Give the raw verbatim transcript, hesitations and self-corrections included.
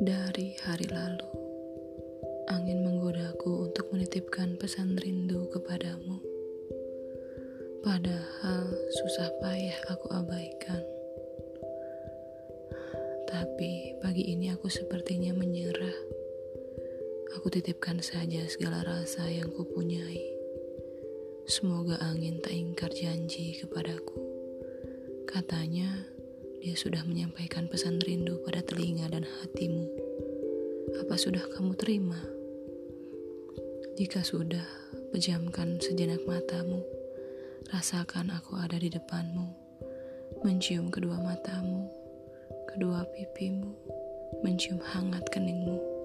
Dari hari lalu, angin menggodaku untuk menitipkan pesan rindu kepadamu. Padahal susah payah aku abaikan. Tapi pagi ini aku sepertinya menyerah. Aku titipkan saja segala rasa yang kupunyai. Semoga angin tak ingkar janji kepadaku. Katanya, dia sudah menyampaikan pesan rindu pada telinga dan hatimu. Apa sudah kamu terima? Jika sudah, pejamkan sejenak matamu. Rasakan aku ada di depanmu, mencium kedua matamu, kedua pipimu, mencium hangat keningmu.